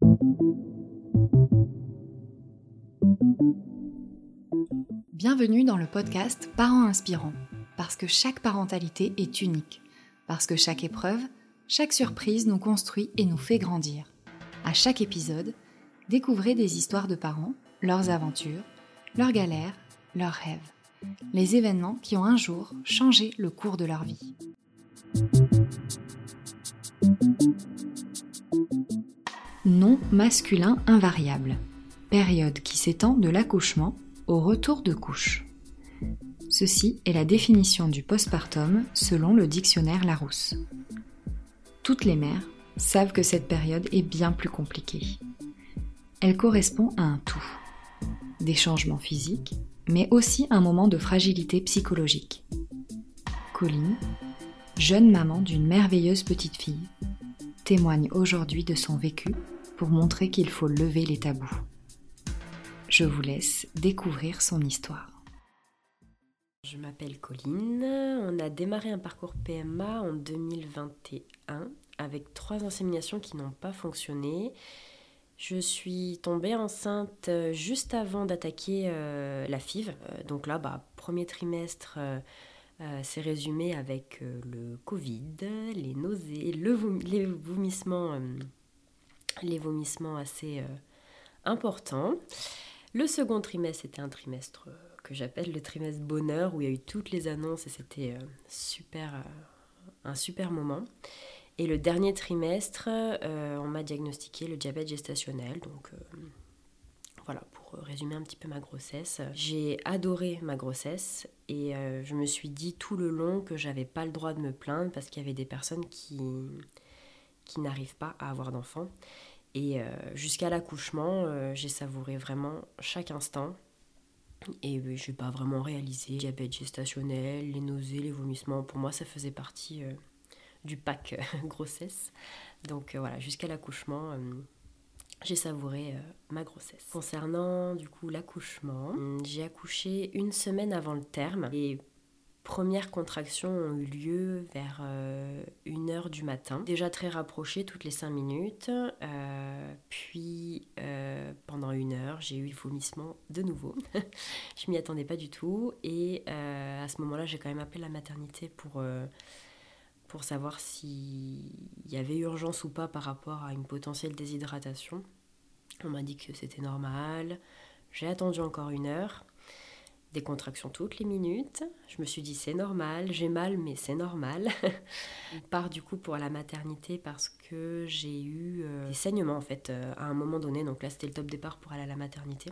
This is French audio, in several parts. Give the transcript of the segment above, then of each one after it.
Bienvenue dans le podcast Parents Inspirants, parce que chaque parentalité est unique, parce que chaque épreuve, chaque surprise nous construit et nous fait grandir. À chaque épisode, découvrez des histoires de parents, leurs aventures, leurs galères, leurs rêves, les événements qui ont un jour changé le cours de leur vie. Nom masculin invariable. Période qui s'étend de l'accouchement au retour de couche. Ceci est la définition du postpartum selon le dictionnaire Larousse. Toutes les mères savent que cette période est bien plus compliquée. Elle correspond à un tout. Des changements physiques, mais aussi un moment de fragilité psychologique. Colline, jeune maman d'une merveilleuse petite fille, témoigne aujourd'hui de son vécu pour montrer qu'il faut lever les tabous. Je vous laisse découvrir son histoire. Je m'appelle Colline, on a démarré un parcours PMA en 2021 avec 3 inséminations qui n'ont pas fonctionné. Je suis tombée enceinte juste avant d'attaquer la FIV. Donc là, premier trimestre s'est résumé avec le Covid, les nausées, les vomissements assez importants. Le second trimestre, c'était un trimestre que j'appelle le trimestre bonheur, où il y a eu toutes les annonces et c'était un super moment. Et le dernier trimestre, on m'a diagnostiqué le diabète gestationnel. Donc voilà, pour résumer un petit peu ma grossesse. J'ai adoré ma grossesse et je me suis dit tout le long que j'avais pas le droit de me plaindre parce qu'il y avait des personnes qui n'arrivent pas à avoir d'enfants. Et jusqu'à l'accouchement, j'ai savouré vraiment chaque instant. Et je n'ai pas vraiment réalisé. Diabète gestationnel, les nausées, les vomissements, pour moi ça faisait partie du pack grossesse. Donc voilà, jusqu'à l'accouchement, j'ai savouré ma grossesse. Concernant du coup l'accouchement, j'ai accouché 1 semaine avant le terme. Les premières contractions ont eu lieu vers 1h du matin. Déjà très rapprochées, toutes les 5 minutes. Puis pendant 1 heure, j'ai eu le vomissement de nouveau. Je m'y attendais pas du tout. Et à ce moment-là, j'ai quand même appelé la maternité pour savoir s'il y avait urgence ou pas par rapport à une potentielle déshydratation. On m'a dit que c'était normal. J'ai attendu encore 1 heure. Des contractions toutes les minutes. Je me suis dit c'est normal, j'ai mal mais c'est normal. On part du coup pour la maternité parce que j'ai eu des saignements en fait à un moment donné. Donc là c'était le top départ pour aller à la maternité.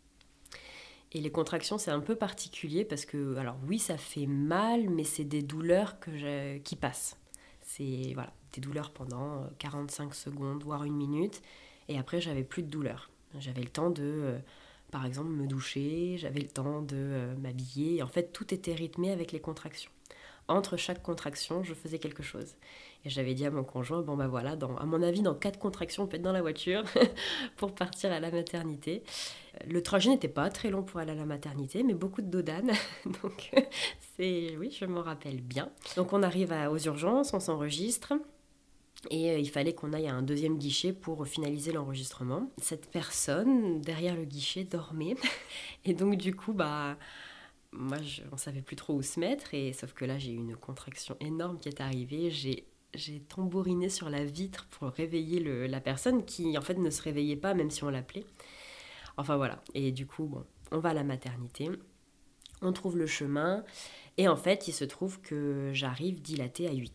Et les contractions c'est un peu particulier parce que, alors oui ça fait mal mais c'est des douleurs qui passent. C'est voilà, des douleurs pendant 45 secondes voire 1 minute et après j'avais plus de douleur. J'avais le temps de... par exemple, me doucher, j'avais le temps de m'habiller. En fait, tout était rythmé avec les contractions. Entre chaque contraction, je faisais quelque chose. Et j'avais dit à mon conjoint, voilà, à mon avis, dans 4 contractions, on peut être dans la voiture pour partir à la maternité. Le trajet n'était pas très long pour aller à la maternité, mais beaucoup de dos d'âne. Donc, oui, je m'en rappelle bien. Donc, on arrive aux urgences, on s'enregistre. Et il fallait qu'on aille à un 2e guichet pour finaliser l'enregistrement. Cette personne, derrière le guichet, dormait. Et donc, du coup, moi, on ne savait plus trop où se mettre. Et, sauf que là, j'ai eu une contraction énorme qui est arrivée. J'ai tambouriné sur la vitre pour réveiller la personne qui, en fait, ne se réveillait pas, même si on l'appelait. Enfin, voilà. Et du coup, on va à la maternité. On trouve le chemin. Et en fait, il se trouve que j'arrive dilatée à 8.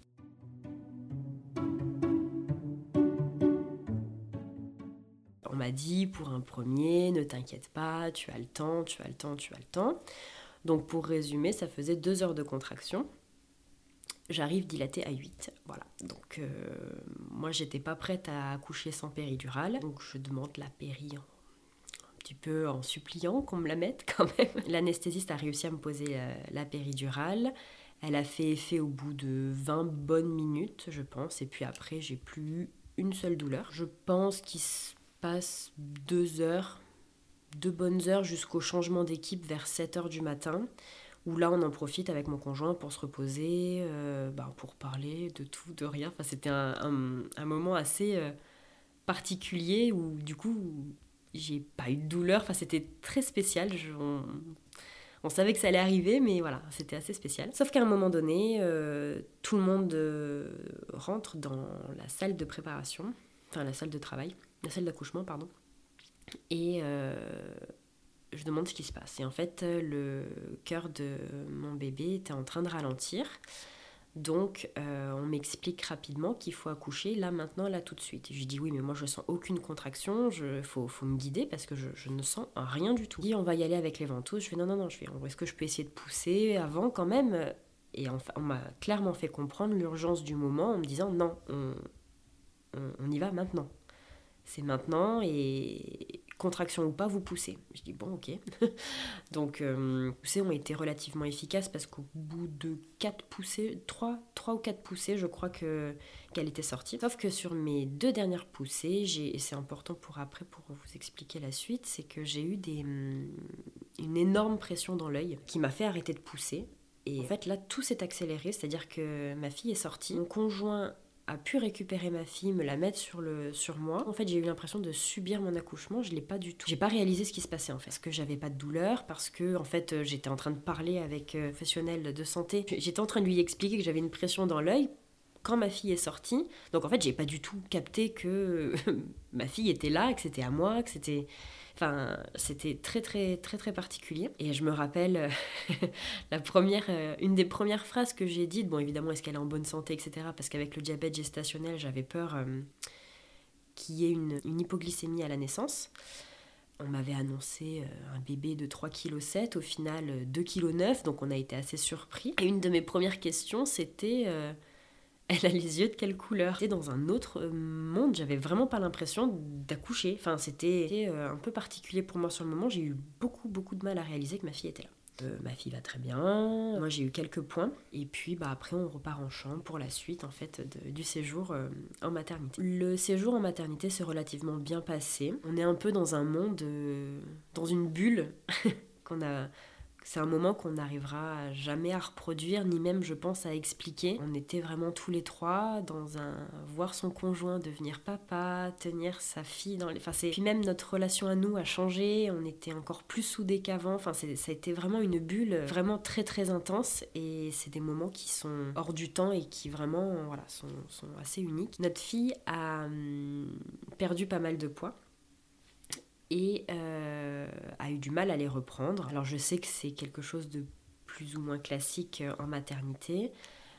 On m'a dit, pour un premier, ne t'inquiète pas, tu as le temps. Donc pour résumer, ça faisait 2 heures de contraction. J'arrive dilatée à 8. Voilà. Donc moi, j'étais pas prête à accoucher sans péridurale. Donc je demande la péri un petit peu en suppliant qu'on me la mette quand même. L'anesthésiste a réussi à me poser la péridurale. Elle a fait effet au bout de 20 bonnes minutes, je pense. Et puis après, j'ai plus eu une seule douleur. Je pense qu'il passe 2 bonnes heures jusqu'au changement d'équipe vers 7 heures du matin, où là on en profite avec mon conjoint pour se reposer, pour parler de tout, de rien. Enfin, c'était un moment assez particulier où du coup j'ai pas eu de douleur, enfin c'était très spécial, on savait que ça allait arriver, mais voilà, c'était assez spécial. Sauf qu'à un moment donné, tout le monde rentre dans la salle de préparation, enfin la salle de travail, la salle d'accouchement, pardon. Et je demande ce qui se passe. Et en fait, le cœur de mon bébé était en train de ralentir. Donc, on m'explique rapidement qu'il faut accoucher là, maintenant, là, tout de suite. Et je lui dis oui, mais moi, je sens aucune contraction. Faut me guider parce que je ne sens rien du tout. Il dit on va y aller avec les ventouses. Je fais non. Est-ce que je peux essayer de pousser avant quand même? Et enfin, on m'a clairement fait comprendre l'urgence du moment en me disant non, on y va maintenant. C'est maintenant et contraction ou pas, vous poussez. Je dis bon, ok. Donc, poussées ont été relativement efficaces parce qu'au bout de 4 poussées, 3 ou 4 poussées, je crois qu'elle était sortie. Sauf que sur mes 2 dernières poussées, et c'est important pour après, pour vous expliquer la suite, c'est que j'ai eu une énorme pression dans l'œil qui m'a fait arrêter de pousser. Et en fait, là, tout s'est accéléré, c'est-à-dire que ma fille est sortie. Mon conjoint a pu récupérer ma fille, me la mettre sur moi. En fait, j'ai eu l'impression de subir mon accouchement, je l'ai pas du tout. J'ai pas réalisé ce qui se passait en fait, parce que j'avais pas de douleur, parce que en fait, j'étais en train de parler avec un professionnel de santé. J'étais en train de lui expliquer que j'avais une pression dans l'œil quand ma fille est sortie. Donc en fait, j'ai pas du tout capté que ma fille était là, que c'était à moi, que c'était... Enfin, c'était très très très très particulier. Et je me rappelle une des premières phrases que j'ai dites, bon évidemment est-ce qu'elle est en bonne santé, etc. Parce qu'avec le diabète gestationnel, j'avais peur qu'il y ait une hypoglycémie à la naissance. On m'avait annoncé un bébé de 3,7 kg, au final 2,9 kg, donc on a été assez surpris. Et une de mes premières questions, c'était... elle a les yeux de quelle couleur? J'étais dans un autre monde, j'avais vraiment pas l'impression d'accoucher. Enfin, c'était un peu particulier pour moi sur le moment. J'ai eu beaucoup de mal à réaliser que ma fille était là. Ma fille va très bien, moi j'ai eu quelques points. Et puis après on repart en chambre pour la suite en fait du séjour en maternité. Le séjour en maternité s'est relativement bien passé. On est un peu dans un monde, dans une bulle qu'on a... C'est un moment qu'on n'arrivera jamais à reproduire, ni même, je pense, à expliquer. On était vraiment tous les trois voir son conjoint devenir papa, tenir sa fille dans les... Enfin, puis même notre relation à nous a changé, on était encore plus soudés qu'avant. Enfin, ça a été vraiment une bulle vraiment très très intense et c'est des moments qui sont hors du temps et qui vraiment, voilà, sont assez uniques. Notre fille a perdu pas mal de poids. Et a eu du mal à les reprendre. Alors je sais que c'est quelque chose de plus ou moins classique en maternité,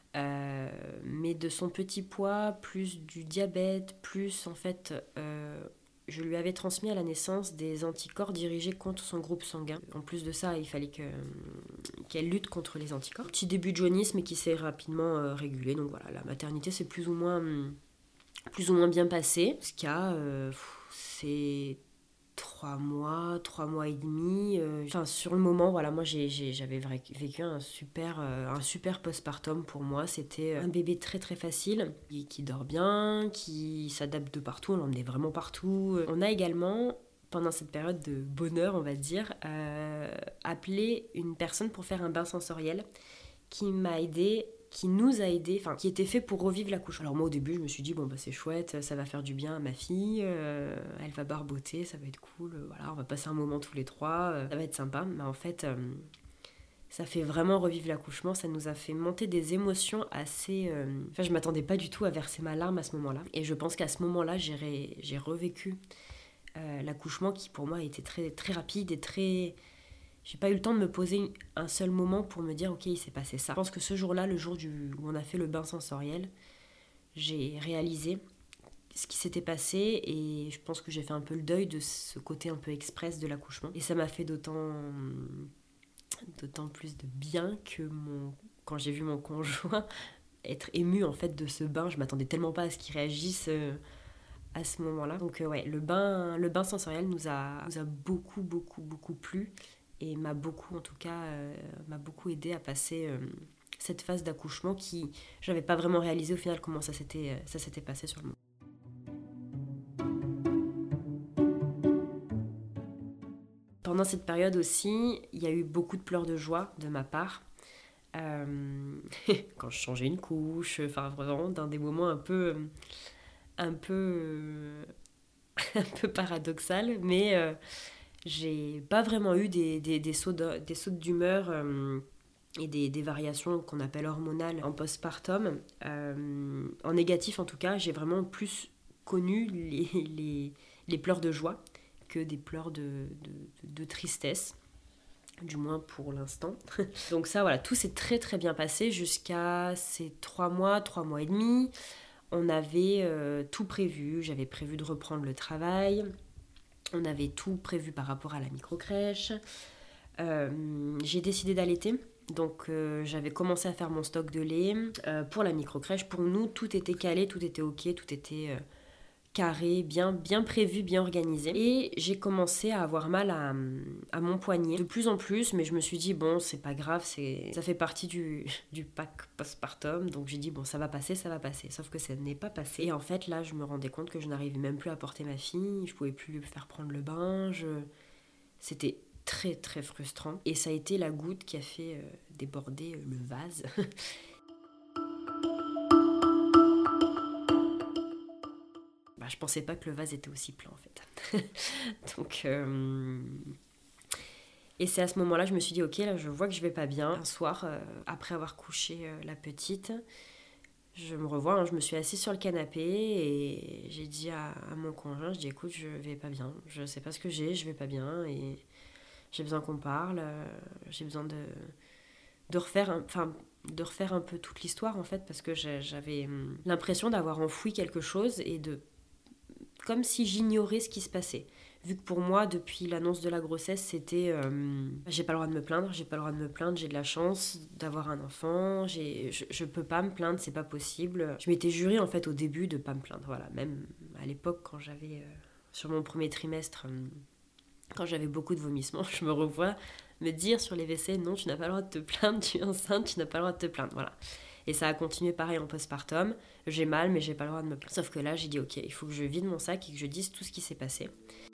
mais de son petit poids, plus du diabète, plus en fait, je lui avais transmis à la naissance des anticorps dirigés contre son groupe sanguin. En plus de ça, il fallait qu'elle lutte contre les anticorps. Petit début de jaunisme qui s'est rapidement régulé. Donc voilà, la maternité s'est plus ou moins bien passée. Ce qu'il y a, c'est 3 mois et demi. Enfin, sur le moment, voilà, moi j'avais vécu un super postpartum pour moi. C'était un bébé très très facile, qui dort bien, qui s'adapte de partout, on l'emmenait vraiment partout. On a également, pendant cette période de bonheur, on va dire, appelé une personne pour faire un bain sensoriel qui nous a aidés, enfin qui était fait pour revivre l'accouchement. Alors moi au début je me suis dit bon bah c'est chouette, ça va faire du bien à ma fille, elle va barboter, ça va être cool, voilà, on va passer un moment tous les trois, ça va être sympa. Mais en fait ça fait vraiment revivre l'accouchement, ça nous a fait monter des émotions assez... Enfin je m'attendais pas du tout à verser ma larme à ce moment-là. Et je pense qu'à ce moment-là j'ai revécu l'accouchement qui pour moi était très, très rapide et très... J'ai pas eu le temps de me poser un seul moment pour me dire ok il s'est passé ça. Je pense que ce jour-là, le jour où on a fait le bain sensoriel, j'ai réalisé ce qui s'était passé et je pense que j'ai fait un peu le deuil de ce côté un peu express de l'accouchement. Et ça m'a fait d'autant plus de bien que quand j'ai vu mon conjoint être ému en fait de ce bain, je m'attendais tellement pas à ce qu'il réagisse à ce moment-là. Donc ouais, le bain sensoriel nous a beaucoup plu. Et m'a beaucoup aidé à passer cette phase d'accouchement qui j'avais pas vraiment réalisé au final comment ça s'était passé sur le moment. Pendant cette période aussi, il y a eu beaucoup de pleurs de joie de ma part. Quand je changeais une couche, enfin vraiment dans des moments un peu un peu paradoxal, mais j'ai pas vraiment eu des sautes d'humeur et des variations qu'on appelle hormonales en postpartum. En négatif en tout cas, j'ai vraiment plus connu les pleurs de joie que des pleurs de tristesse, du moins pour l'instant. Donc ça, voilà, tout s'est très très bien passé jusqu'à ces 3 mois et demi. On avait tout prévu, j'avais prévu de reprendre le travail, on avait tout prévu par rapport à la microcrèche. J'ai décidé d'allaiter, donc j'avais commencé à faire mon stock de lait pour la microcrèche. Pour nous, tout était calé, tout était ok, tout était carré, bien prévu, bien organisé. Et j'ai commencé à avoir mal à mon poignet de plus en plus, mais je me suis dit, bon, c'est pas grave, ça fait partie du pack postpartum, donc j'ai dit, bon, ça va passer. Sauf que ça n'est pas passé. Et en fait, là, je me rendais compte que je n'arrivais même plus à porter ma fille, je pouvais plus lui faire prendre le bain, c'était très très frustrant. Et ça a été la goutte qui a fait déborder le vase. Je pensais pas que le vase était aussi plein en fait. Donc, et c'est à ce moment-là, je me suis dit, ok, là je vois que je vais pas bien. Un soir, après avoir couché la petite, je me revois, hein, je me suis assise sur le canapé et j'ai dit à mon conjoint, je dis, écoute, je vais pas bien, je sais pas ce que j'ai, je vais pas bien et j'ai besoin qu'on parle, j'ai besoin de refaire un peu toute l'histoire en fait, parce que j'avais l'impression d'avoir enfoui quelque chose et comme si j'ignorais ce qui se passait. Vu que pour moi, depuis l'annonce de la grossesse, c'était j'ai pas le droit de me plaindre, j'ai de la chance d'avoir un enfant, je peux pas me plaindre, c'est pas possible. Je m'étais jurée en fait au début de pas me plaindre, voilà. Même à l'époque, quand j'avais, sur mon premier trimestre, quand j'avais beaucoup de vomissements, je me revois me dire sur les WC, non, tu n'as pas le droit de te plaindre, tu es enceinte, tu n'as pas le droit de te plaindre, voilà. Et ça a continué pareil en postpartum. J'ai mal, mais j'ai pas le droit de me plaindre. Sauf que là, j'ai dit, ok, il faut que je vide mon sac et que je dise tout ce qui s'est passé.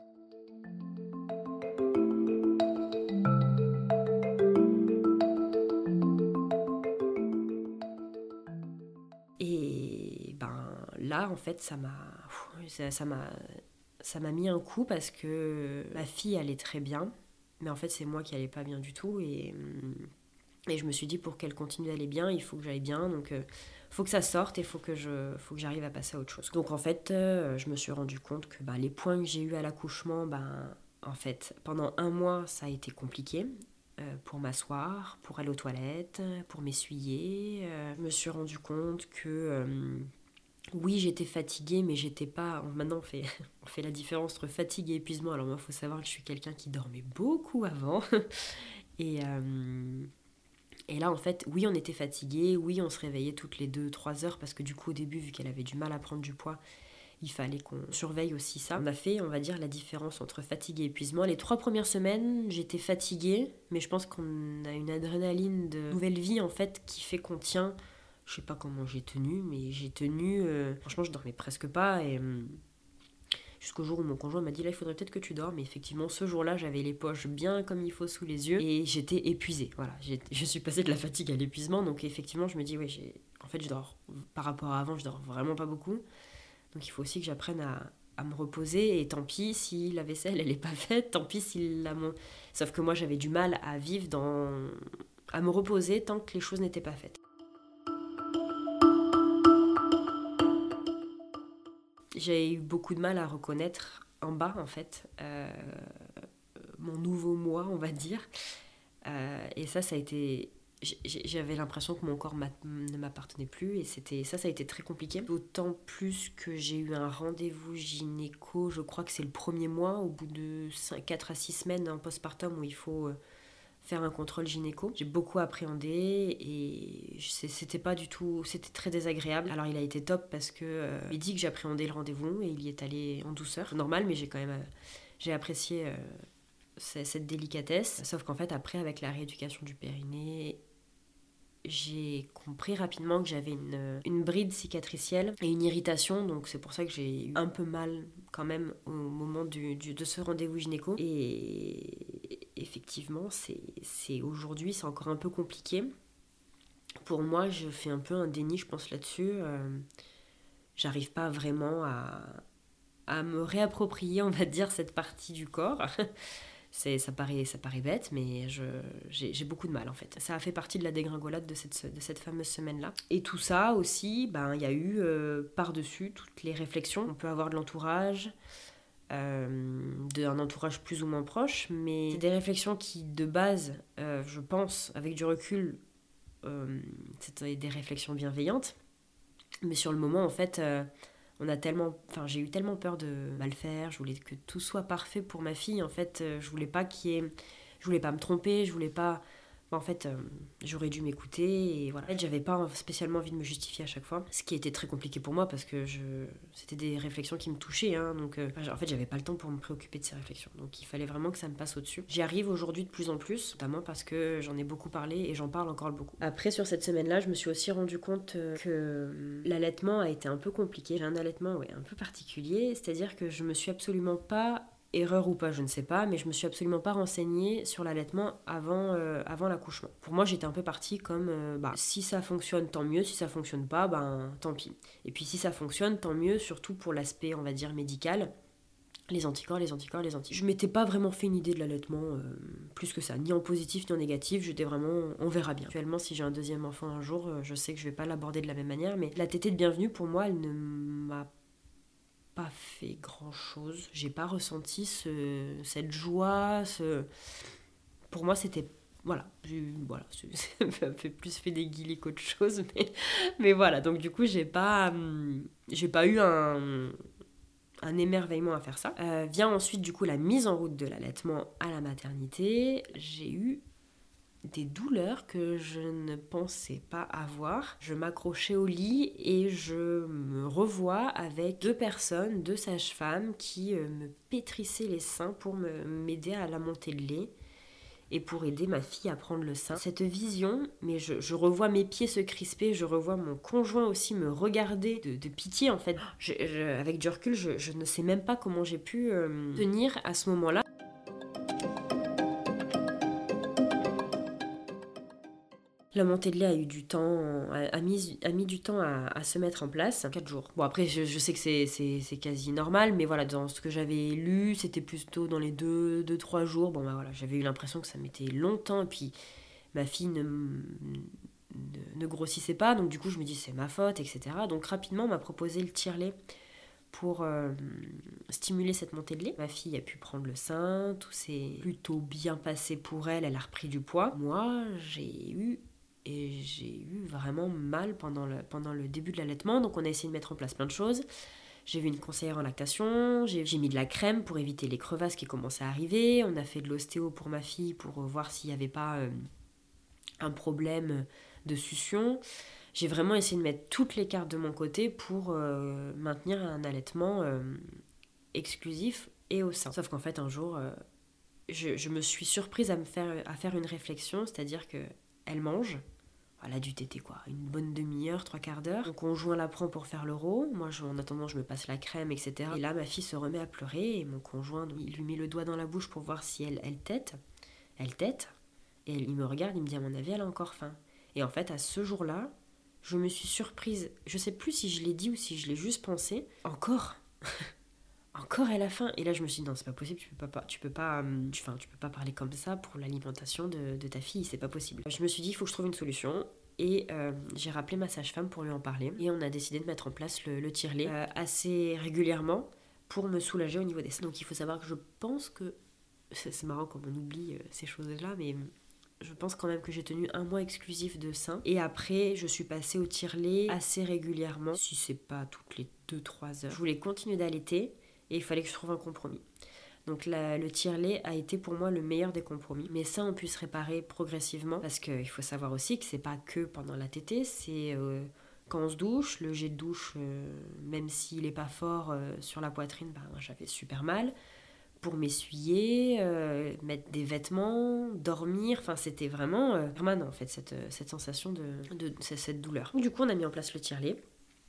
Et là, en fait, ça m'a mis un coup parce que ma fille allait très bien. Mais en fait, c'est moi qui allais pas bien du tout. Et je me suis dit, pour qu'elle continue d'aller bien, il faut que j'aille bien. Donc, faut que ça sorte et faut que j'arrive à passer à autre chose. Donc, en fait, je me suis rendu compte que les points que j'ai eus à l'accouchement, en fait, pendant 1 mois, ça a été compliqué. Pour m'asseoir, pour aller aux toilettes, pour m'essuyer. Je me suis rendu compte que oui, j'étais fatiguée, mais j'étais pas... Maintenant, on fait la différence entre fatigue et épuisement. Alors moi, il faut savoir que je suis quelqu'un qui dormait beaucoup avant. Et là, en fait, oui, on était fatigués, oui, on se réveillait toutes les 2-3 heures, parce que du coup, au début, vu qu'elle avait du mal à prendre du poids, il fallait qu'on surveille aussi ça. On a fait, on va dire, la différence entre fatigue et épuisement. Les 3 premières semaines, j'étais fatiguée, mais je pense qu'on a une adrénaline de nouvelle vie, en fait, qui fait qu'on tient. Je sais pas comment j'ai tenu, mais j'ai tenu... franchement, je dormais presque pas, et... jusqu'au jour où mon conjoint m'a dit, là, il faudrait peut-être que tu dormes. Et effectivement, ce jour-là, j'avais les poches bien comme il faut sous les yeux, et j'étais épuisée. Voilà, je suis passée de la fatigue à l'épuisement, donc effectivement, je me dis, oui, en fait, je dors... Par rapport à avant, je dors vraiment pas beaucoup. Donc il faut aussi que j'apprenne à me reposer, et tant pis si la vaisselle elle est pas faite, tant pis si Sauf que moi j'avais du mal à vivre à me reposer tant que les choses n'étaient pas faites. J'ai eu beaucoup de mal à reconnaître en bas en fait mon nouveau moi, on va dire. Et ça a été... J'avais l'impression que mon corps ne m'appartenait plus, et ça a été très compliqué. D'autant plus que j'ai eu un rendez-vous gynéco, je crois que c'est le premier mois, au bout de 4 à 6 semaines en postpartum, où il faut faire un contrôle gynéco. J'ai beaucoup appréhendé et c'était pas du tout... C'était très désagréable. Alors il a été top parce que il dit que j'appréhendais le rendez-vous et il y est allé en douceur. Normal, mais j'ai apprécié... cette délicatesse. Sauf qu'en fait, après, avec la rééducation du périnée, j'ai compris rapidement que j'avais une bride cicatricielle et une irritation, donc c'est pour ça que j'ai eu un peu mal quand même au moment de ce rendez-vous gynéco. Et effectivement, aujourd'hui, c'est encore un peu compliqué. Pour moi, je fais un peu un déni, je pense, là-dessus. J'arrive pas vraiment à me réapproprier, on va dire, cette partie du corps. Ça paraît bête, mais j'ai beaucoup de mal en fait. Ça a fait partie de la dégringolade de cette fameuse semaine-là. Et tout ça aussi, il y a eu par-dessus toutes les réflexions qu'on peut avoir de l'entourage, d'un entourage plus ou moins proche, mais c'est des réflexions qui, de base, je pense, avec du recul, c'était des réflexions bienveillantes. Mais sur le moment, en fait, j'ai eu tellement peur de mal faire. Je voulais que tout soit parfait pour ma fille. En fait, je voulais pas me tromper. Je voulais pas. En fait, j'aurais dû m'écouter et voilà. En fait, j'avais pas spécialement envie de me justifier à chaque fois, ce qui était très compliqué pour moi parce que c'était des réflexions qui me touchaient, hein, donc en fait, j'avais pas le temps pour me préoccuper de ces réflexions, donc il fallait vraiment que ça me passe au-dessus. J'y arrive aujourd'hui de plus en plus, notamment parce que j'en ai beaucoup parlé et j'en parle encore beaucoup. Après, sur cette semaine-là, je me suis aussi rendu compte que l'allaitement a été un peu compliqué. J'ai un allaitement un peu particulier, c'est-à-dire que je me suis absolument pas... Erreur ou pas, je ne sais pas, mais je me suis absolument pas renseignée sur l'allaitement avant l'accouchement. Pour moi, j'étais un peu partie comme si ça fonctionne, tant mieux, si ça fonctionne pas, tant pis. Et puis si ça fonctionne, tant mieux, surtout pour l'aspect, on va dire, médical. Les anticorps. Je m'étais pas vraiment fait une idée de l'allaitement plus que ça, ni en positif ni en négatif, j'étais vraiment, on verra bien. Actuellement, si j'ai un deuxième enfant un jour, je sais que je vais pas l'aborder de la même manière, mais la tétée de bienvenue, pour moi, elle ne m'a pas fait grand chose. J'ai pas ressenti cette joie. Pour moi, c'était. Voilà. Ça m'a fait des guillis qu'autre chose. Mais voilà. Donc, du coup, j'ai pas eu un émerveillement à faire ça. Vient ensuite, du coup, la mise en route de l'allaitement à la maternité. J'ai eu des douleurs que je ne pensais pas avoir. Je m'accrochais au lit et je me revois avec deux sages-femmes qui me pétrissaient les seins pour m'aider à la montée de lait et pour aider ma fille à prendre le sein. Cette vision, mais je revois mes pieds se crisper, je revois mon conjoint aussi me regarder de pitié en fait. Avec du recul, je ne sais même pas comment j'ai pu tenir à ce moment-là. La montée de lait a eu du temps, a mis du temps à se mettre en place, 4 jours. Bon après je sais que c'est quasi normal, mais voilà, dans ce que j'avais lu, c'était plutôt dans les 2-3 jours. Bon voilà, j'avais eu l'impression que ça mettait longtemps, et puis ma fille ne grossissait pas, donc du coup je me dis c'est ma faute, etc. Donc rapidement on m'a proposé le tire-lait pour stimuler cette montée de lait. Ma fille a pu prendre le sein, tout s'est plutôt bien passé pour elle, elle a repris du poids. Moi j'ai eu vraiment mal pendant le début de l'allaitement, donc on a essayé de mettre en place plein de choses. J'ai vu une conseillère en lactation, j'ai mis de la crème pour éviter les crevasses qui commençaient à arriver, on a fait de l'ostéo pour ma fille pour voir s'il n'y avait pas un problème de succion. J'ai vraiment essayé de mettre toutes les cartes de mon côté pour maintenir un allaitement exclusif et au sein. Sauf qu'en fait un jour, je me suis surprise à faire une réflexion, c'est-à-dire qu'elle mange. Elle a dû téter une bonne demi-heure, 3/4 d'heure. Mon conjoint la prend pour faire l'euro. Moi, en attendant, je me passe la crème, etc. Et là, ma fille se remet à pleurer et mon conjoint, il lui met le doigt dans la bouche pour voir si elle tète. Elle tète. Et il me regarde, il me dit à mon avis, elle a encore faim. Et en fait, à ce jour-là, je me suis surprise. Je sais plus si je l'ai dit ou si je l'ai juste pensé. Encore elle a faim. Et là je me suis dit non, c'est pas possible, tu peux pas parler comme ça pour l'alimentation de ta fille, c'est pas possible. Je me suis dit il faut que je trouve une solution et j'ai rappelé ma sage-femme pour lui en parler et on a décidé de mettre en place le tire-lait assez régulièrement pour me soulager au niveau des seins. Donc il faut savoir que je pense que c'est marrant comme on oublie ces choses-là, mais je pense quand même que j'ai tenu 1 mois exclusif de sein. Et après, je suis passée au tire-lait assez régulièrement, si c'est pas toutes les 2-3 heures. Je voulais continuer d'allaiter et il fallait que je trouve un compromis. Donc le tire-lait a été pour moi le meilleur des compromis. Mais ça, on peut se réparer progressivement parce qu'il faut savoir aussi que c'est pas que pendant la tétée, c'est quand on se douche, le jet de douche, même s'il est pas fort sur la poitrine, moi, j'avais super mal. Pour m'essuyer, mettre des vêtements, dormir, enfin c'était vraiment permanent en fait cette sensation de cette douleur. Du coup on a mis en place le tire-lait.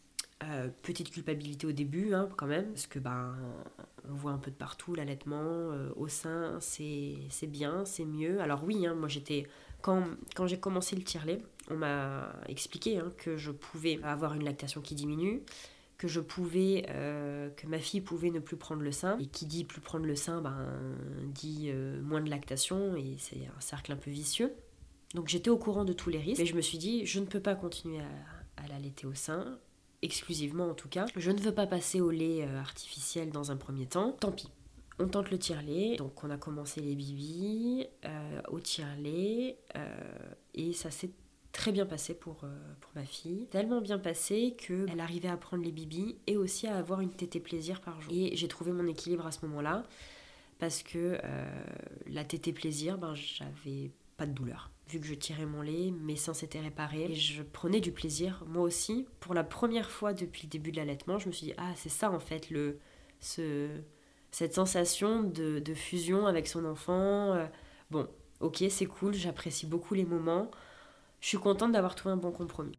Petite culpabilité au début quand même, parce que on voit un peu de partout l'allaitement au sein, c'est bien, c'est mieux. Alors oui, moi j'étais quand j'ai commencé le tire-lait, on m'a expliqué que je pouvais avoir une lactation qui diminue, que je pouvais, que ma fille pouvait ne plus prendre le sein. Et qui dit plus prendre le sein, dit moins de lactation, et c'est un cercle un peu vicieux. Donc j'étais au courant de tous les risques, mais je me suis dit, je ne peux pas continuer à l'allaiter au sein, exclusivement en tout cas. Je ne veux pas passer au lait artificiel dans un premier temps, tant pis. On tente le tire-lait, donc on a commencé les bibis au tire-lait, et ça s'est très bien passé pour ma fille. Tellement bien passé qu'elle arrivait à prendre les bibis et aussi à avoir une tétée plaisir par jour. Et j'ai trouvé mon équilibre à ce moment-là, parce que la tétée plaisir, j'avais pas de douleur. Vu que je tirais mon lait, mes seins s'étaient réparés et je prenais du plaisir, moi aussi. Pour la première fois depuis le début de l'allaitement, je me suis dit, ah c'est ça en fait, cette sensation de fusion avec son enfant. Bon, ok, c'est cool, j'apprécie beaucoup les moments. Je suis contente d'avoir trouvé un bon compromis.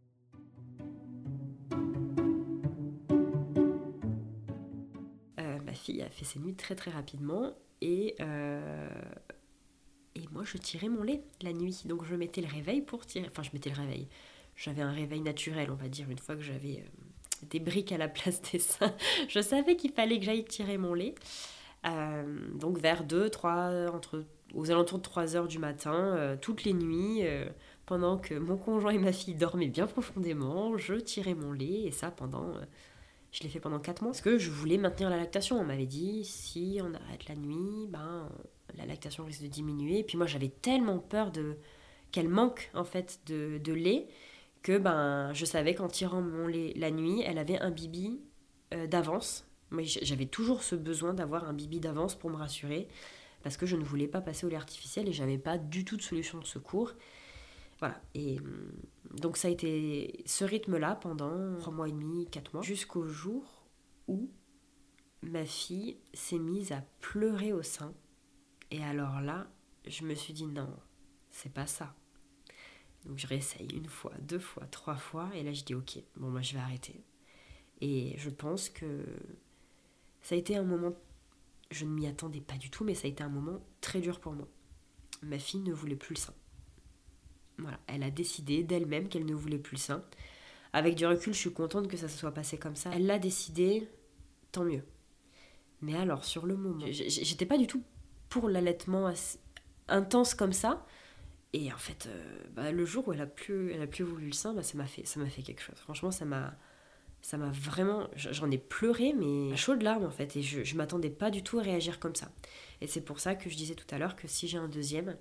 Ma fille a fait ses nuits très très rapidement et moi je tirais mon lait la nuit. Donc je mettais le réveil pour tirer. Enfin, je mettais le réveil. J'avais un réveil naturel, on va dire, une fois que j'avais des briques à la place des seins. Je savais qu'il fallait que j'aille tirer mon lait. Donc vers 2-3, aux alentours de 3 heures du matin, toutes les nuits, pendant que mon conjoint et ma fille dormaient bien profondément, je tirais mon lait, et ça je l'ai fait pendant 4 mois, parce que je voulais maintenir la lactation. On m'avait dit, si on arrête la nuit, la lactation risque de diminuer. Et puis moi j'avais tellement peur qu'elle manque en fait de lait, que je savais qu'en tirant mon lait la nuit, elle avait un bibi d'avance. Moi, j'avais toujours ce besoin d'avoir un bibi d'avance pour me rassurer, parce que je ne voulais pas passer au lait artificiel et j'avais pas du tout de solution de secours. Voilà, et donc ça a été ce rythme-là pendant 3 mois et demi, 4 mois, jusqu'au jour où ma fille s'est mise à pleurer au sein. Et alors là, je me suis dit non, c'est pas ça. Donc je réessaye 1 fois, 2 fois, 3 fois, et là je dis ok, bon moi je vais arrêter. Et je pense que ça a été un moment, je ne m'y attendais pas du tout, mais ça a été un moment très dur pour moi. Ma fille ne voulait plus le sein. Voilà, elle a décidé d'elle-même qu'elle ne voulait plus le sein. Avec du recul, je suis contente que ça se soit passé comme ça. Elle l'a décidé, tant mieux. Mais alors, sur le moment, j'étais pas du tout pour l'allaitement intense comme ça. Et en fait, le jour où elle a plus voulu le sein, ça m'a fait quelque chose. Franchement, ça m'a vraiment... J'en ai pleuré, mais à chaudes larmes, en fait. Et je m'attendais pas du tout à réagir comme ça. Et c'est pour ça que je disais tout à l'heure que si j'ai un deuxième,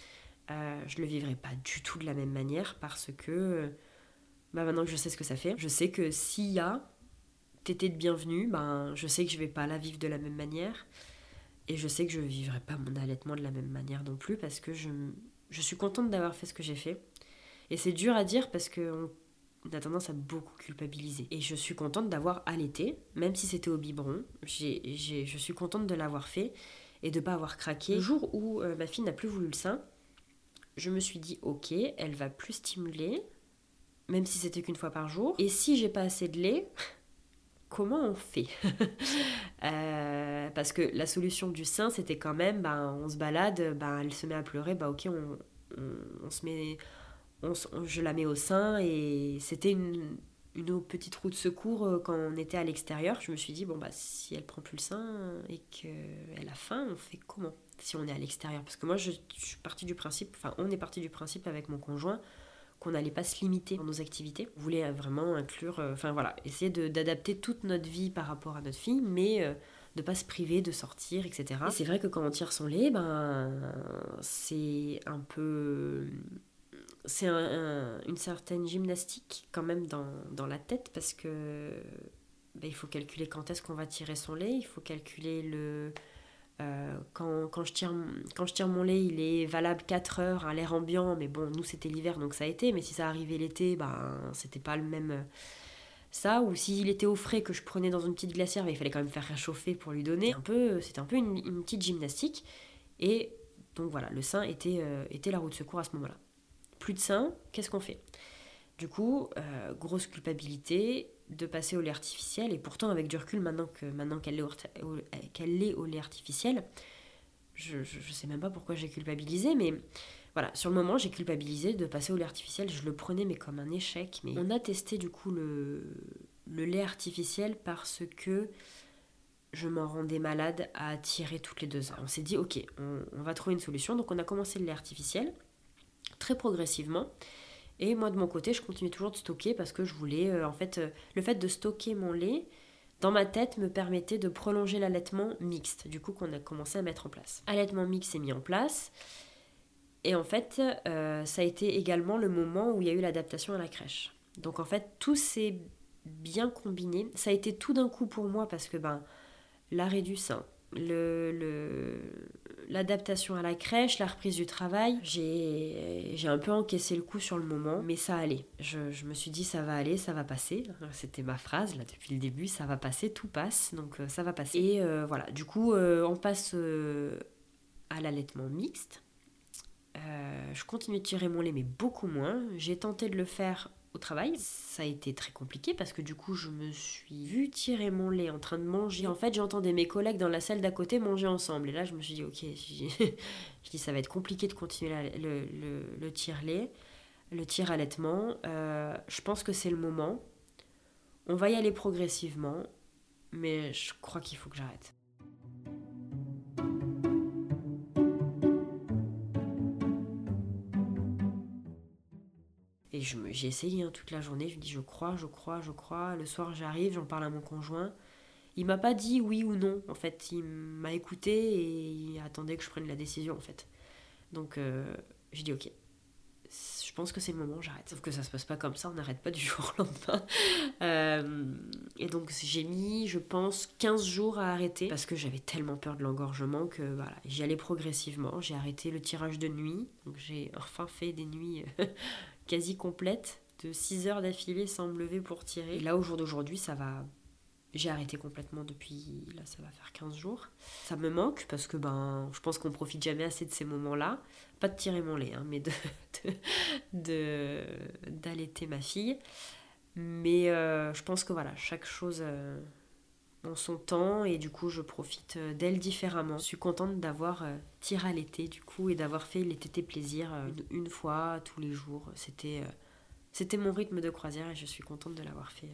je le vivrai pas du tout de la même manière, parce que maintenant que je sais ce que ça fait, je sais que s'il y a tétée de bienvenue, je sais que je vais pas la vivre de la même manière. Et je sais que je vivrai pas mon allaitement de la même manière non plus, parce que je suis contente d'avoir fait ce que j'ai fait. Et c'est dur à dire parce qu'on a tendance à beaucoup culpabiliser. Et je suis contente d'avoir allaité, même si c'était au biberon. Je suis contente de l'avoir fait et de pas avoir craqué. Le jour où ma fille n'a plus voulu le sein, je me suis dit ok, elle va plus stimuler, même si c'était qu'une fois par jour. Et si j'ai pas assez de lait, comment on fait? Parce que la solution du sein, c'était quand même, on se balade, elle se met à pleurer, ok, on se met, je la mets au sein, et c'était une petite roue de secours quand on était à l'extérieur. Je me suis dit, si elle prend plus le sein et qu'elle a faim, on fait comment si on est à l'extérieur? Parce que moi, je suis partie du principe, on est parti du principe avec mon conjoint qu'on n'allait pas se limiter dans nos activités. On voulait vraiment inclure, essayer d'adapter toute notre vie par rapport à notre fille, mais de pas se priver de sortir, etc. Et c'est vrai que quand on tire son lait, c'est un peu... C'est une certaine gymnastique quand même dans la tête, parce que il faut calculer quand est-ce qu'on va tirer son lait, il faut calculer quand je tire mon lait, il est valable 4 heures à l'air ambiant, mais bon, nous c'était l'hiver donc ça a été, mais si ça arrivait l'été, c'était pas le même ça, ou s'il était au frais que je prenais dans une petite glacière, il fallait quand même faire réchauffer pour lui donner. C'était un peu une petite gymnastique, et donc voilà, le sein était la roue de secours à ce moment-là. Plus de sein, qu'est-ce qu'on fait? Du coup, grosse culpabilité de passer au lait artificiel, et pourtant avec du recul, maintenant qu'elle est au lait artificiel, je sais même pas pourquoi j'ai culpabilisé, mais voilà, sur le moment j'ai culpabilisé de passer au lait artificiel. Je le prenais mais comme un échec. Mais on a testé du coup le lait artificiel parce que je m'en rendais malade à tirer toutes les 2 heures. On s'est dit, ok, on va trouver une solution. Donc on a commencé le lait artificiel, très progressivement. Et moi, de mon côté, je continuais toujours de stocker parce que je voulais... le fait de stocker mon lait, dans ma tête, me permettait de prolonger l'allaitement mixte, du coup, qu'on a commencé à mettre en place. Allaitement mixte est mis en place. Et en fait, ça a été également le moment où il y a eu l'adaptation à la crèche. Donc en fait, tout s'est bien combiné. Ça a été tout d'un coup pour moi parce que l'arrêt du sein, l'adaptation à la crèche, la reprise du travail, j'ai un peu encaissé le coup sur le moment, mais ça allait. Je me suis dit ça va aller, ça va passer. C'était ma phrase là depuis le début, ça va passer, tout passe, donc ça va passer. Et voilà, du coup on passe à l'allaitement mixte. Je continue de tirer mon lait mais beaucoup moins. J'ai tenté de le faire au travail. Ça a été très compliqué parce que du coup je me suis vue tirer mon lait en train de manger. En fait j'entendais mes collègues dans la salle d'à côté manger ensemble. Et là je me suis dit ok, je dis ça va être compliqué de continuer le tire-lait, le tire-allaitement. Je pense que c'est le moment. On va y aller progressivement, mais je crois qu'il faut que j'arrête. Et j'ai essayé toute la journée, je me dis je crois. Le soir j'arrive, j'en parle à mon conjoint. Il m'a pas dit oui ou non, en fait. Il m'a écouté et il attendait que je prenne la décision, en fait. Donc j'ai dit ok, je pense que c'est le moment, j'arrête. Sauf que ça se passe pas comme ça, on n'arrête pas du jour au lendemain. Et donc j'ai mis, je pense, 15 jours à arrêter parce que j'avais tellement peur de l'engorgement que voilà, j'y allais progressivement. J'ai arrêté le tirage de nuit, donc j'ai enfin fait des nuits quasi complètes, de 6 heures d'affilée sans me lever pour tirer. Et là, au jour d'aujourd'hui, ça va... J'ai arrêté complètement depuis... Là, ça va faire 15 jours. Ça me manque parce que je pense qu'on profite jamais assez de ces moments-là. Pas de tirer mon lait, mais d'allaiter ma fille. Mais je pense que voilà, chaque chose en son temps et du coup, je profite d'elle différemment. Je suis contente d'avoir tiré à l'été du coup et d'avoir fait les tétés plaisir une fois tous les jours. C'était mon rythme de croisière et je suis contente de l'avoir fait.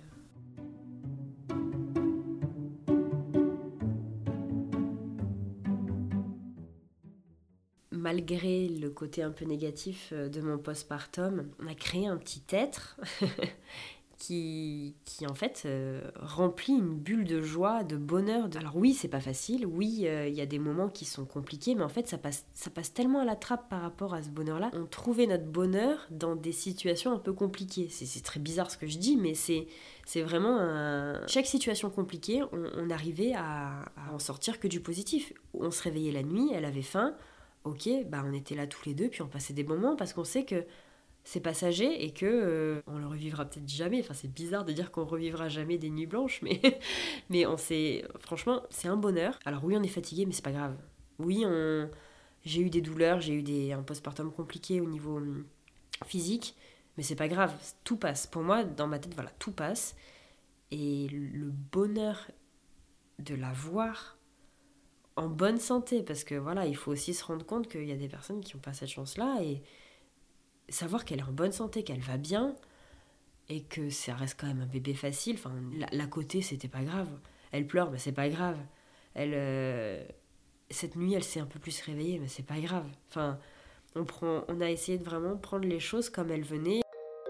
Malgré le côté un peu négatif de mon postpartum, on a créé un petit être qui en fait remplit une bulle de joie, de bonheur. Alors oui, c'est pas facile, oui, il y a des moments qui sont compliqués, mais en fait ça passe tellement à la trappe par rapport à ce bonheur-là. On trouvait notre bonheur dans des situations un peu compliquées. C'est très bizarre ce que je dis, mais c'est vraiment chaque situation compliquée, on arrivait à en sortir que du positif. On se réveillait la nuit, elle avait faim, ok, on était là tous les deux, puis on passait des moments parce qu'on sait que c'est passager et que on le revivra peut-être jamais. Enfin, c'est bizarre de dire qu'on revivra jamais des nuits blanches, mais franchement, c'est un bonheur. Alors oui, on est fatigué, mais c'est pas grave. Oui, j'ai eu des douleurs, j'ai eu un postpartum compliqué au niveau physique, mais c'est pas grave, tout passe. Pour moi, dans ma tête, voilà, tout passe. Et le bonheur de la voir en bonne santé, parce que voilà, il faut aussi se rendre compte qu'il y a des personnes qui n'ont pas cette chance-là et savoir qu'elle est en bonne santé, qu'elle va bien et que ça reste quand même un bébé facile. Enfin, la côté, c'était pas grave. Elle pleure, mais c'est pas grave. Cette nuit, elle s'est un peu plus réveillée, mais c'est pas grave. Enfin, on a essayé de vraiment prendre les choses comme elles venaient.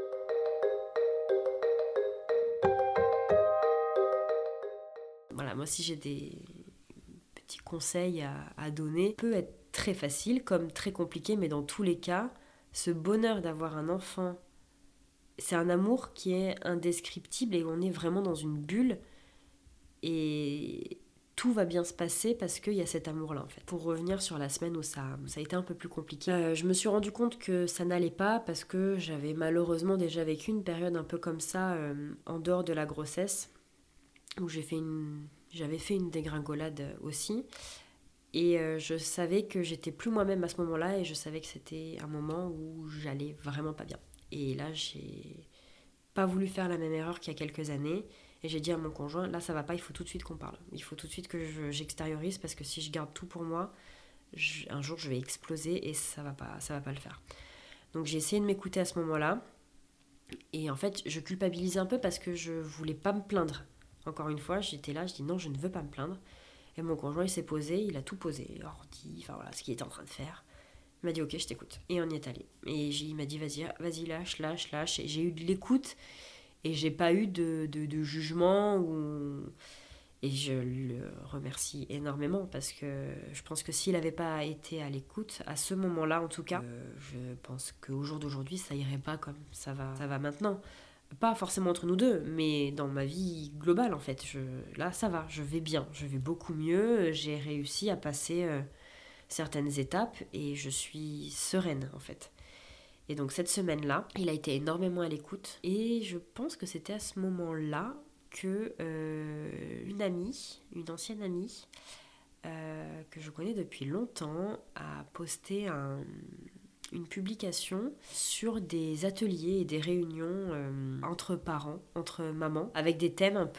Voilà, moi, si j'ai des petits conseils à donner, peut être très facile comme très compliqué, mais dans tous les cas, ce bonheur d'avoir un enfant, c'est un amour qui est indescriptible et on est vraiment dans une bulle et tout va bien se passer parce qu'il y a cet amour-là en fait. Pour revenir sur la semaine où ça a été un peu plus compliqué, je me suis rendu compte que ça n'allait pas parce que j'avais malheureusement déjà vécu une période un peu comme ça en dehors de la grossesse où j'avais fait une dégringolade aussi. Et je savais que j'étais plus moi-même à ce moment-là et je savais que c'était un moment où j'allais vraiment pas bien. Et là, j'ai pas voulu faire la même erreur qu'il y a quelques années et j'ai dit à mon conjoint, là ça va pas, il faut tout de suite qu'on parle. Il faut tout de suite que j'extériorise parce que si je garde tout pour moi, un jour je vais exploser et ça va pas le faire. Donc j'ai essayé de m'écouter à ce moment-là Et en fait, je culpabilisais un peu parce que je voulais pas me plaindre. Encore une fois, j'étais là, je dis non, je ne veux pas me plaindre. Et mon conjoint, il s'est posé, il a tout posé, ordi, enfin voilà, ce qu'il était en train de faire. Il m'a dit ok, je t'écoute. Et on y est allé. Et il m'a dit vas-y, lâche. Et j'ai eu de l'écoute et j'ai pas eu de jugement ou... Et je le remercie énormément parce que je pense que s'il n'avait pas été à l'écoute, à ce moment-là en tout cas, je pense qu'au jour d'aujourd'hui, ça irait pas comme ça va maintenant. Pas forcément entre nous deux, mais dans ma vie globale en fait. Là, ça va, je vais bien, je vais beaucoup mieux. J'ai réussi à passer certaines étapes et je suis sereine en fait. Et donc cette semaine-là, il a été énormément à l'écoute et je pense que c'était à ce moment-là que une ancienne amie que je connais depuis longtemps, a posté une publication sur des ateliers et des réunions entre parents, entre mamans, avec des thèmes un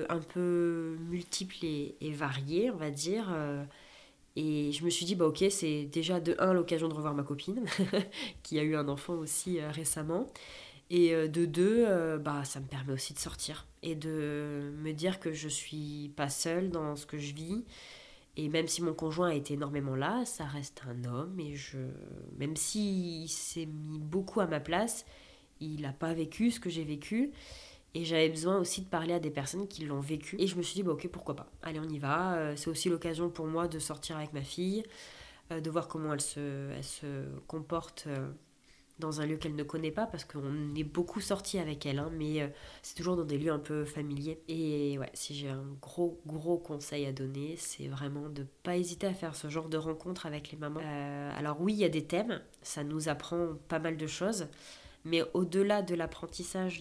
peu multiples et variés, on va dire. Et je me suis dit, bah ok, c'est déjà de un l'occasion de revoir ma copine, qui a eu un enfant aussi récemment. Et de deux, bah, ça me permet aussi de sortir et de me dire que je suis pas seule dans ce que je vis. Et même si mon conjoint a été énormément là, ça reste un homme. Et même s'il s'est mis beaucoup à ma place, il n'a pas vécu ce que j'ai vécu. Et j'avais besoin aussi de parler à des personnes qui l'ont vécu. Et je me suis dit, bah, ok, pourquoi pas. Allez, on y va. C'est aussi l'occasion pour moi de sortir avec ma fille, de voir comment elle se comporte dans un lieu qu'elle ne connaît pas, parce qu'on est beaucoup sortis avec elle, hein, mais c'est toujours dans des lieux un peu familiers. Et ouais, si j'ai un gros conseil à donner, c'est vraiment de pas hésiter à faire ce genre de rencontre avec les mamans. Alors oui, il y a des thèmes, ça nous apprend pas mal de choses, mais au-delà de l'apprentissage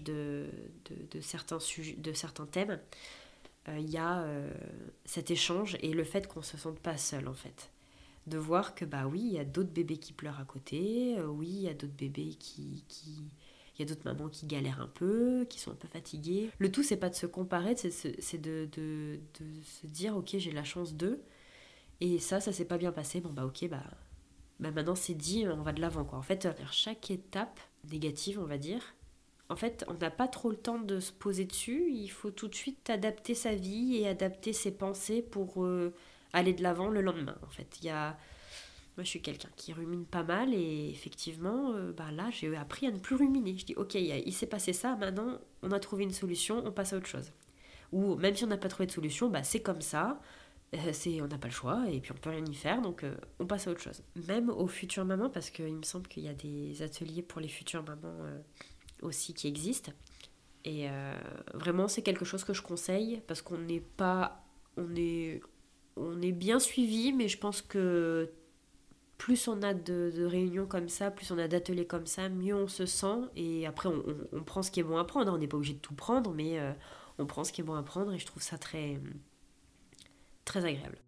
de certains sujets, de certains thèmes, il y a cet échange et le fait qu'on se sente pas seul en fait, de voir que bah oui, il y a d'autres bébés qui pleurent à côté, oui, il y a d'autres bébés il y a d'autres mamans qui galèrent un peu, qui sont un peu fatiguées. Le tout, c'est pas de se comparer, c'est de se dire, ok, j'ai la chance d'eux, et ça s'est pas bien passé, bon bah ok, bah maintenant c'est dit, on va de l'avant quoi. En fait, chaque étape négative, on va dire, en fait, on n'a pas trop le temps de se poser dessus, il faut tout de suite adapter sa vie et adapter ses pensées pour aller de l'avant le lendemain. En fait, moi je suis quelqu'un qui rumine pas mal et effectivement, bah là j'ai appris à ne plus ruminer. Je dis ok, il s'est passé ça, maintenant on a trouvé une solution, on passe à autre chose. Ou même si on n'a pas trouvé de solution, bah c'est comme ça, on n'a pas le choix et puis on peut rien y faire, donc on passe à autre chose. Même aux futures mamans, parce qu'il me semble qu'il y a des ateliers pour les futures mamans aussi qui existent. Et vraiment, c'est quelque chose que je conseille parce qu'on n'est pas. On est bien suivi, mais je pense que plus on a de réunions comme ça, plus on a d'ateliers comme ça, mieux on se sent. Et après, on prend ce qui est bon à prendre. On n'est pas obligé de tout prendre, mais on prend ce qui est bon à prendre et je trouve ça très agréable.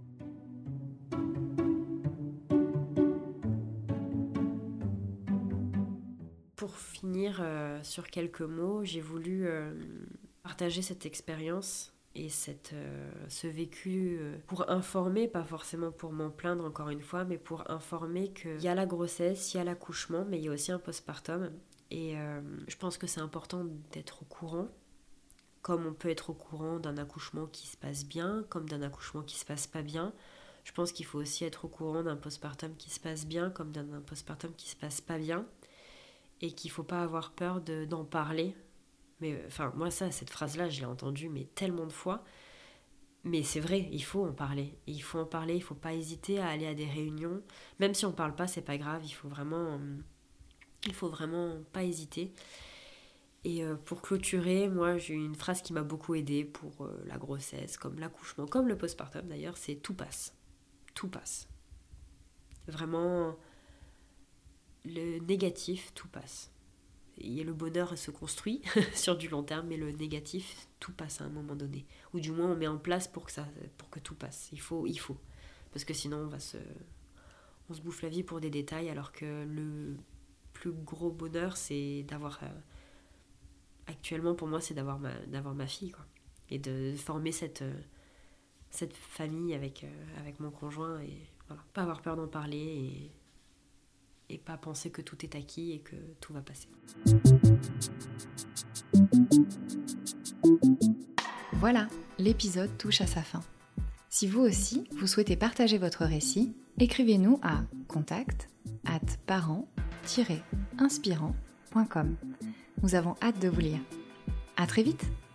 Pour finir sur quelques mots, j'ai voulu partager cette expérience et ce vécu pour informer, pas forcément pour m'en plaindre encore une fois, mais pour informer qu'il y a la grossesse, il y a l'accouchement, mais il y a aussi un postpartum. Et je pense que c'est important d'être au courant, comme on peut être au courant d'un accouchement qui se passe bien, comme d'un accouchement qui se passe pas bien. Je pense qu'il faut aussi être au courant d'un postpartum qui se passe bien, comme d'un postpartum qui se passe pas bien, et qu'il faut pas avoir peur d'en parler. Mais enfin, moi cette phrase-là, je l'ai entendue mais tellement de fois. Mais c'est vrai, il faut en parler. Il faut en parler, il faut pas hésiter à aller à des réunions. Même si on parle pas, c'est pas grave, il faut vraiment pas hésiter. Et pour clôturer, moi j'ai une phrase qui m'a beaucoup aidée pour la grossesse, comme l'accouchement, comme le postpartum d'ailleurs, c'est tout passe. Tout passe. Vraiment, le négatif, tout passe. Et le bonheur se construit sur du long terme, mais le négatif, tout passe à un moment donné. Ou du moins, on met en place pour que tout passe. Il faut. Parce que sinon, on se bouffe la vie pour des détails, alors que le plus gros bonheur, c'est d'avoir... actuellement, pour moi, c'est d'avoir ma fille, quoi. Et de former cette famille avec mon conjoint. Et voilà. Pas avoir peur d'en parler et pas penser que tout est acquis et que tout va passer. Voilà, l'épisode touche à sa fin. Si vous aussi, vous souhaitez partager votre récit, écrivez-nous à contact@parents-inspirants.com. Nous avons hâte de vous lire. À très vite!